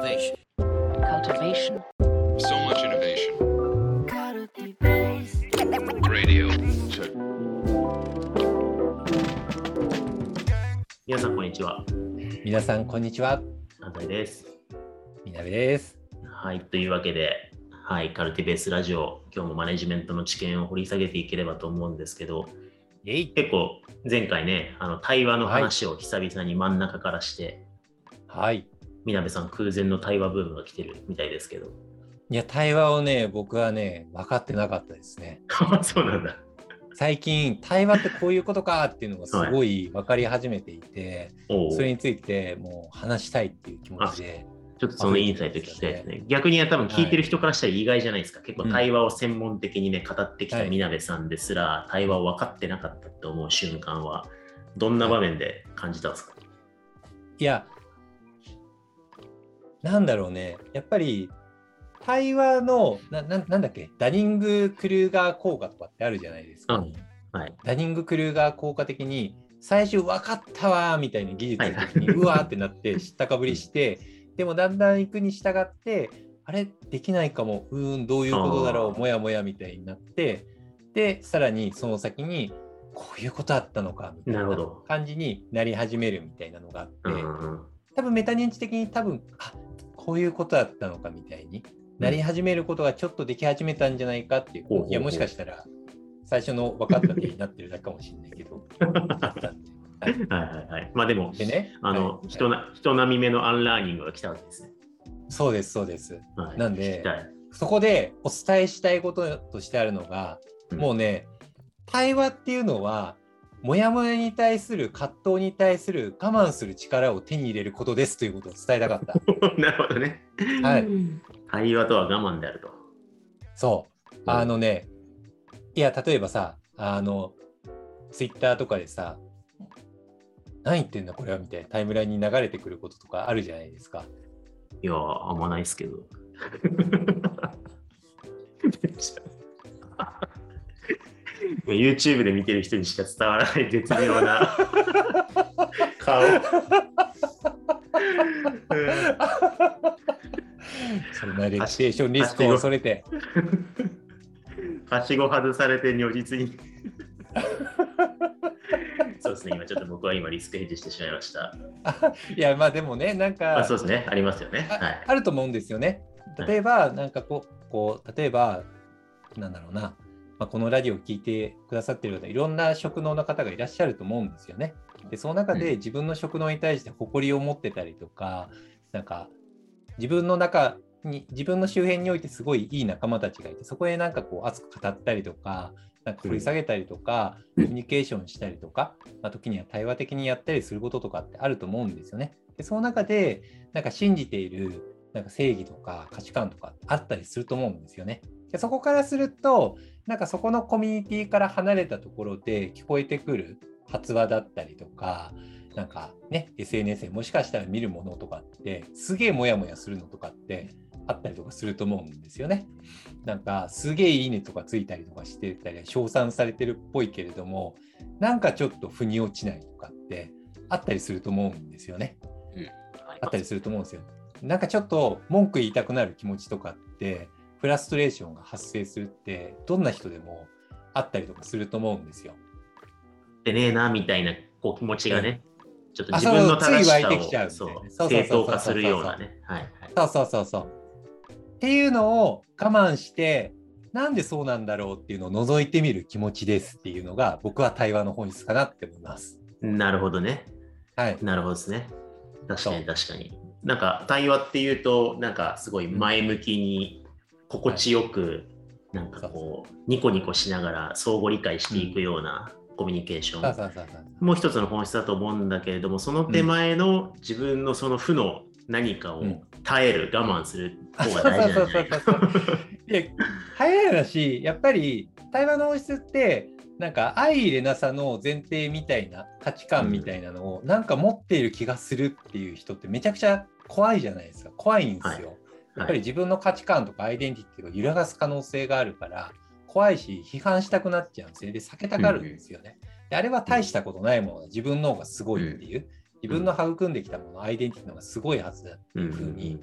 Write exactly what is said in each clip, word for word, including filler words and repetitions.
Cultivation. Cultivation. So much innovation. Radio. 皆さんこんにちは。 皆さんこんにちは。 安西です。 みなべです。 はい、というわけで、はい、カルティベースラジオ、今日もマネジメントの知見を掘り下げていければと思うんですけど、 えい結構前回ね、あの対話の話を久々に真ん中からして、 はい。 みなべさん空前の対話ブームが来てるみたいですけど。 いや、対話をね、僕はね、分かってなかったですね。 そうなんだ。 最近、対話ってこういうことかっていうのがすごい分かり始めていて、はい、それについてもう話したいっていう気持ちで。 ちょっとそのインサイト聞きたいですね。逆に多分聞いてる人からしたら意外じゃないですか。はい、結構対話を専門的にね、語ってきたみなべさんですら、対話を分かってなかったと思う瞬間は、どんな場面で感じたんですか？はい、 いや、なんだろうね。やっぱり、対話のなな、なんだっけ、ダニング・クルーガー効果とかってあるじゃないですか。うん、はい、ダニング・クルーガー効果的に、最初分かったわみたいに技術的に、はい、うわーってなって知ったかぶりして、でもだんだん行くに従って、あれできないかも、うーん、どういうことだろう、もやもやみたいになって、で、さらにその先に、こういうことあったのかみたいな感じになり始めるみたいなのがあって、多分メタ認知的に多分、あ、こういうことだったのかみたいになり始めることがちょっとでき始めたんじゃないかっていう、うん、いやもしかしたら最初の分かった手になってるだけかもしれないけどあったんで、はい、はいはいはい。まあでもで、ね、あの、はい、人な人並み目のアンラーニングが来たわけですね。そうですそうです、はい、なんでそこでお伝えしたいこととしてあるのが、うん、もうね、対話っていうのはモヤモヤに対する葛藤に対する我慢する力を手に入れることですということを伝えたかった。なるほどね。はい。 対話とは我慢であると。 そう。あのね、いや、例えばさ、あの、ツイッターとかでさ、何言ってんだこれはみたいなタイムラインに流れてくることとかあるじゃないですか。 いや、あんまないですけど。YouTube で見てる人にしか伝わらない絶妙な顔。 そんなレクテーションリスクを恐れて。 はしご外されて如実に。そうですね、今ちょっと僕は今リスクヘッジしてしまいました。 いや、まあでもね、なんか、まあ、そうですね、ありますよね。 あ、はい、あると思うんですよね。例えば、はい、なんかこう、こう例えば、なんだろうな、まあ、このラジオを聞いてくださっているようないろんな職能の方がいらっしゃると思うんですよね。で、その中で自分の職能に対して誇りを持ってたりとか、うん、なんか自分の中に、自分の周辺においてすごいいい仲間たちがいて、そこへなんかこう熱く語ったりとか、なんか掘り下げたりとか、うん、コミュニケーションしたりとか、まあ、時には対話的にやったりすることとかってあると思うんですよね。で、その中でなんか信じているなんか正義とか価値観とかあったりすると思うんですよね。で、そこからすると、なんかそこのコミュニティから離れたところで聞こえてくる発話だったりとか、なんかね、エスエヌエス でもしかしたら見るものとかってすげえモヤモヤするのとかってあったりとかすると思うんですよね。なんかすげえいいねとかついたりとかしてたり称賛されてるっぽいけれども、なんかちょっと腑に落ちないとかってあったりすると思うんですよね。うん、あったりすると思うんですよ。なんかちょっと文句言いたくなる気持ちとかってフラストレーションが発生するってどんな人でもあったりとかすると思うんですよ。 でねえなみたいなこう気持ちがね、うん、ちょっと自分の正しさをそう正当化するようなね。 そうそうそうそう。っていうのを我慢してなんでそうなんだろうっていうのを覗いてみる気持ちですっていうのが僕は対話の本質かなって思います。 なるほどね。はい。なるほどですね。確かに確かに。なんか対話っていうとなんかすごい前向きに心地よく、うん、なんかこうニコニコしながら相互理解していくようなコミュニケーションもう一つの本質だと思うんだけれども、その手前の自分のその負の何かを耐える、うん、我慢する方が大事なんじゃないか。 早いだし、やっぱり対話の本質ってなんか相入れなさの前提みたいな価値観みたいなのをなんか持っている気がするっていう人ってめちゃくちゃ怖いじゃないですか。怖いんですよ。はい、やっぱり自分の価値観とかアイデンティティを揺らがす可能性があるから怖いし批判したくなっちゃうんですよ。で、避けたがるんですよね。で、あれは大したことないものだ、自分の方がすごいっていう、自分の育んできたもの、アイデンティティの方がすごいはずだっていう風に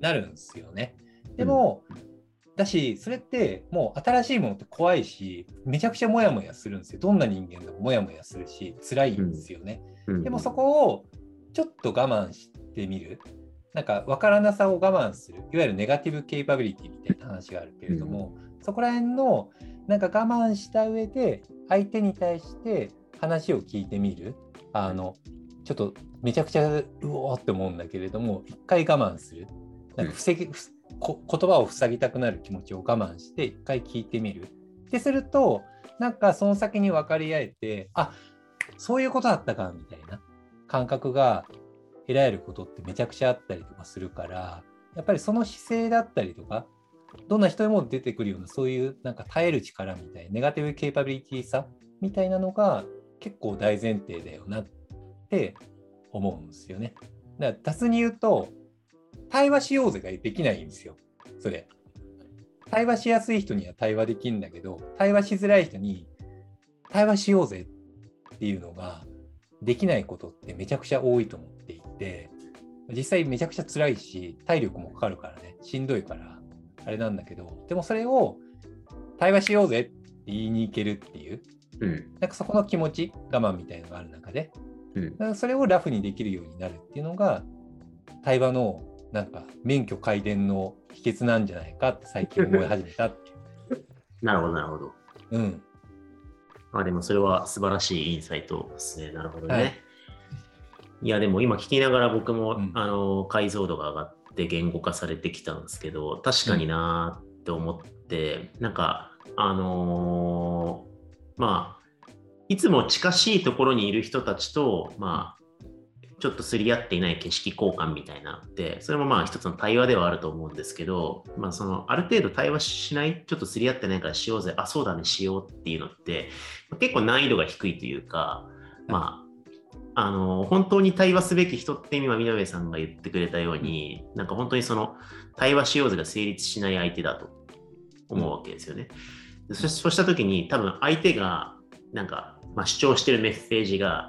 なるんですよね。でも、うん、だしそれってもう新しいものって怖いしめちゃくちゃモヤモヤするんですよ。どんな人間でもモヤモヤするし辛いんですよね、うんうん、でもそこをちょっと我慢してみる、なんか分からなさを我慢する、いわゆるネガティブケイパビリティみたいな話があるけれども、うん、そこら辺のなんか我慢した上で相手に対して話を聞いてみる、あのちょっとめちゃくちゃうおーって思うんだけれども一回我慢する、なんか防ぎ、うん、こ言葉を塞ぎたくなる気持ちを我慢して一回聞いてみるってすると、なんかその先に分かり合えて、あ、そういうことだったかみたいな感覚が得られることってめちゃくちゃあったりとかするから、やっぱりその姿勢だったりとか、どんな人でも出てくるようなそういうなんか耐える力みたいなネガティブケイパビリティさみたいなのが結構大前提だよなって思うんですよね。だから雑に言うと対話しようぜができないんですよ。それ対話しやすい人には対話できるんだけど、対話しづらい人に対話しようぜっていうのができないことってめちゃくちゃ多いと思っていて、実際めちゃくちゃ辛いし体力もかかるからね、しんどいからあれなんだけど、でもそれを対話しようぜって言いに行けるっていう、うん、なんかそこの気持ち我慢みたいなのがある中で、うん、だからそれをラフにできるようになるっていうのが対話のなんか免許改善の秘訣なんじゃないかって最近思い始めたっていうなるほどなるほど。 うん。 まあでもそれは素晴らしいインサイトですね。なるほどね。はい、いやでも今聞きながら僕も、うん、あの解像度が上がって言語化されてきたんですけど、確かになーって思って、うん、なんかあのー、まあいつも近しいところにいる人たちとまあちょっとすり合っていない景色交換みたいなのって、それもまあ一つの対話ではあると思うんですけど、まあそのある程度対話しない、ちょっとすり合ってないからしようぜ、あ、そうだね、しようっていうのって、結構難易度が低いというか、まあ、あの、本当に対話すべき人って今、南さんが言ってくれたように、なんか本当にその対話しようぜが成立しない相手だと思うわけですよね。そ, そうしたときに多分相手がなんか、まあ、主張してるメッセージが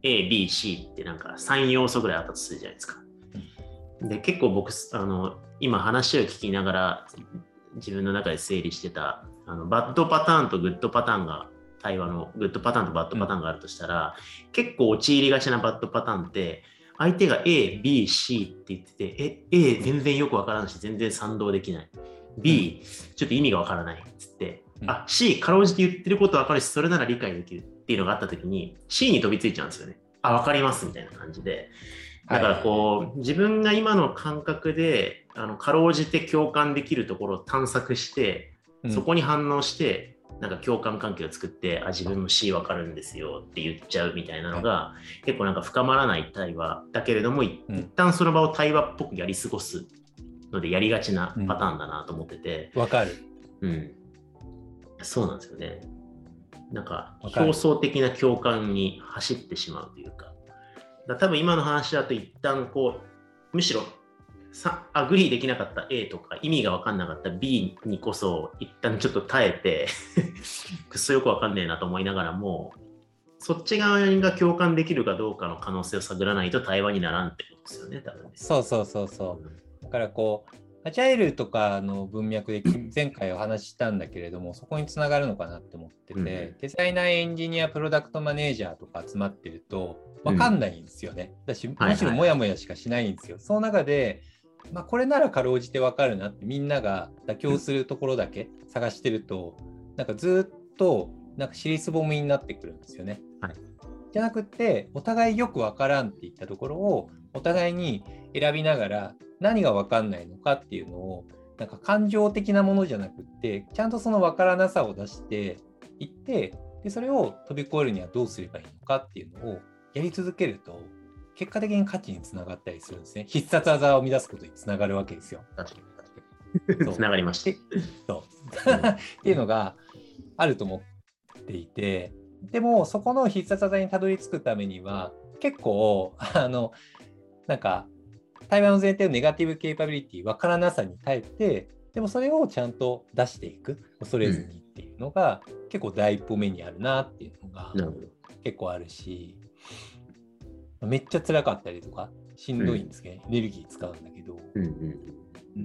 A、B、C ってなんかさん要素ぐらいあったとするじゃないですか。で、結構僕、あの、今話を聞きながら自分の中で整理してた、あのバッドパターンとグッドパターンが、対話のグッドパターンとバッドパターンがあるとしたら、うん、結構陥りがちなバッドパターンって、相手が A、B、C って言ってて、え、A 全然よくわからないし、全然賛同できない。B、ちょっと意味がわからないっつって、あ、C、かろうじて言ってることわかるし、それなら理解できるっていうのがあったときに、C に飛びついちゃうんですよね。あ、わかりますみたいな感じで。だからこう、はい、自分が今の感覚で、あの、かろうじて共感できるところを探索して、そこに反応して、うん、なんか共感関係を作って、あ、自分も C わかるんですよって言っちゃうみたいなのが、はい、結構なんか深まらない対話だけれども、うん、一旦その場を対話っぽくやり過ごすのでやりがちなパターンだなと思ってて。 わ、うん、かる。 うん。そうなんですよね。なんか表層的な共感に走ってしまうというか、だ多分今の話だと一旦こうむしろさアグリーできなかった A とか意味が分かんなかった B にこそ一旦ちょっと耐えてくっそよく分かんねえなと思いながらも、そっち側が共感できるかどうかの可能性を探らないと対話にならんってことですよね、多分ね。 そうそうそうそう。だからこうアジャイルとかの文脈で前回お話ししたんだけれども、そこにつながるのかなって思ってて、うん、デザイナー、エンジニア、プロダクトマネージャーとか集まってると分かんないんですよね。だし、むしろモヤモヤしかしないんですよ。はいはい、その中で、まあ、これならかろうじて分かるなってみんなが妥協するところだけ探してると、なんかずっとなんか尻すぼみになってくるんですよね。はい、じゃなくて、お互いよく分からんっていったところをお互いに選びながら、何が分かんないのかっていうのをなんか感情的なものじゃなくってちゃんとその分からなさを出していって、でそれを飛び越えるにはどうすればいいのかっていうのをやり続けると結果的に価値につながったりするんですね。必殺技を生み出すことにつながるわけですよ。 確かに確かにつながりましたそうっていうのがあると思っていて、でもそこの必殺技にたどり着くためには結構あのなんか対話の前提のネガティブケイパビリティ、分からなさに耐えて、でもそれをちゃんと出していく、恐れずにっていうのが、うん、結構第一歩目にあるなっていうのが結構あるし、めっちゃ辛かったりとかしんどいんですけど、うん、エネルギー使うんだけど、うんうん、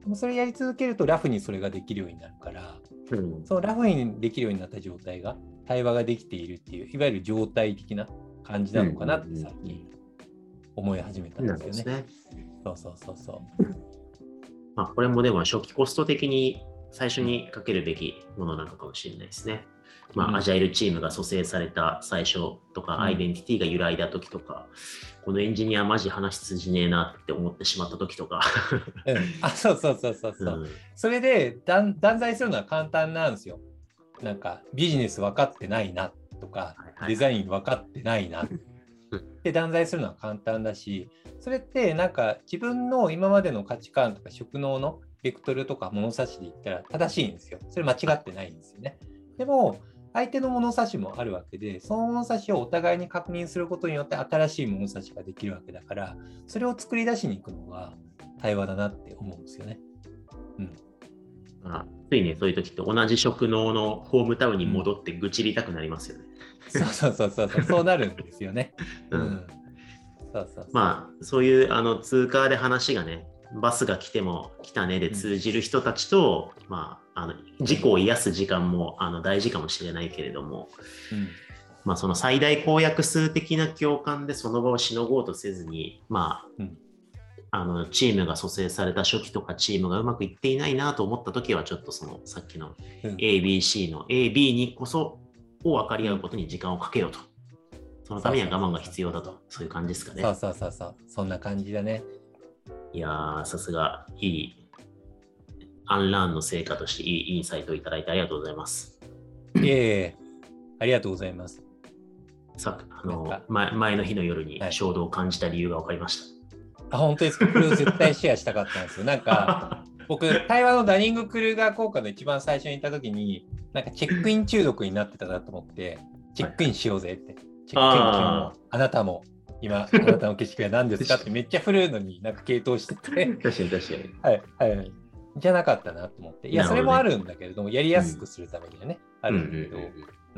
でもそれやり続けるとラフにそれができるようになるから、 うん、 そのラフにできるようになった状態が対話ができているっていういわゆる状態的な感じなのかなって最近思い始めたんですよね。 ねそうそうそうそう。 まあ、これもでも初期コスト的に最初にかけるべきものなのかもしれないですね。まあ、うん、アジャイルチームが蘇生された最初とか、うん、アイデンティティが揺らいだ時とか、このエンジニアマジ話通じねえなって思ってしまった時とか、 うん、あ、そうそうそうそうそう、うん、それで断罪するのは簡単なんですよ。なんかビジネス分かってないなとか、はいはい、デザイン分かってないなって断罪するのは簡単だし、それってなんか自分の今までの価値観とか職能のベクトルとか物差しで言ったら正しいんですよ。それ間違ってないんですよね。でも相手の物差しもあるわけで、その物差しをお互いに確認することによって新しい物差しができるわけだから、それを作り出しに行くのが対話だなって思うんですよね。うん。 あ、ついね、そういう時って同じ職能のホームタウンに戻って愚痴りたくなりますよね。 うん、そうそうそうそう、そうなるんですよね。うん。うん、そうそうそう。 まあ、そういうあの通貨で話がね、バスが来ても来たねで通じる人たちと、うん、まあ、あの自己を癒す時間もあの大事かもしれないけれども、うんまあ、その最大公約数的な共感でその場をしのごうとせずに、まあうん、あのチームが蘇生された初期とかチームがうまくいっていないなと思ったときはちょっとそのさっきの エービーシー の エービー にこそを分かり合うことに時間をかけようと。そのためには我慢が必要だと、そういう感じですかね。 そうそうそうそう、そんな感じだね。 いやー、さすがいいアンラーンの成果としていいインサイトをいただいてありがとうございます。 いえいえ、ありがとうございます。 さあの前、前の日の夜に衝動を感じた理由が分かりました。 はい、あ、本当ですか。これを絶対シェアしたかったんですよ。なんか僕、対話のダニング・クルーガー効果の一番最初に行った時に、なんかチェックイン中毒になってたなと思って、チェックインしようぜって。はい、チェックイン今日もあなたも。今、あなたの景色は何ですかってめっちゃ振るのになんか系統してて。 確かに確かに。 はい、はい。じゃなかったなと思って。いや、それもあるんだけれども、やりやすくするためにはね、うん、あるんだけど。うん。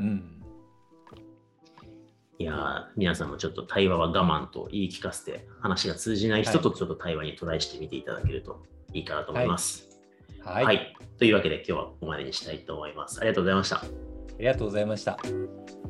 いや、皆さんもちょっと対話は我慢と言い聞かせて、話が通じない人とちょっと対話にトライしてみていただけるといいかなと思います。はい。はいはい、というわけで今日はここまでにしたいと思います。ありがとうございました。ありがとうございました。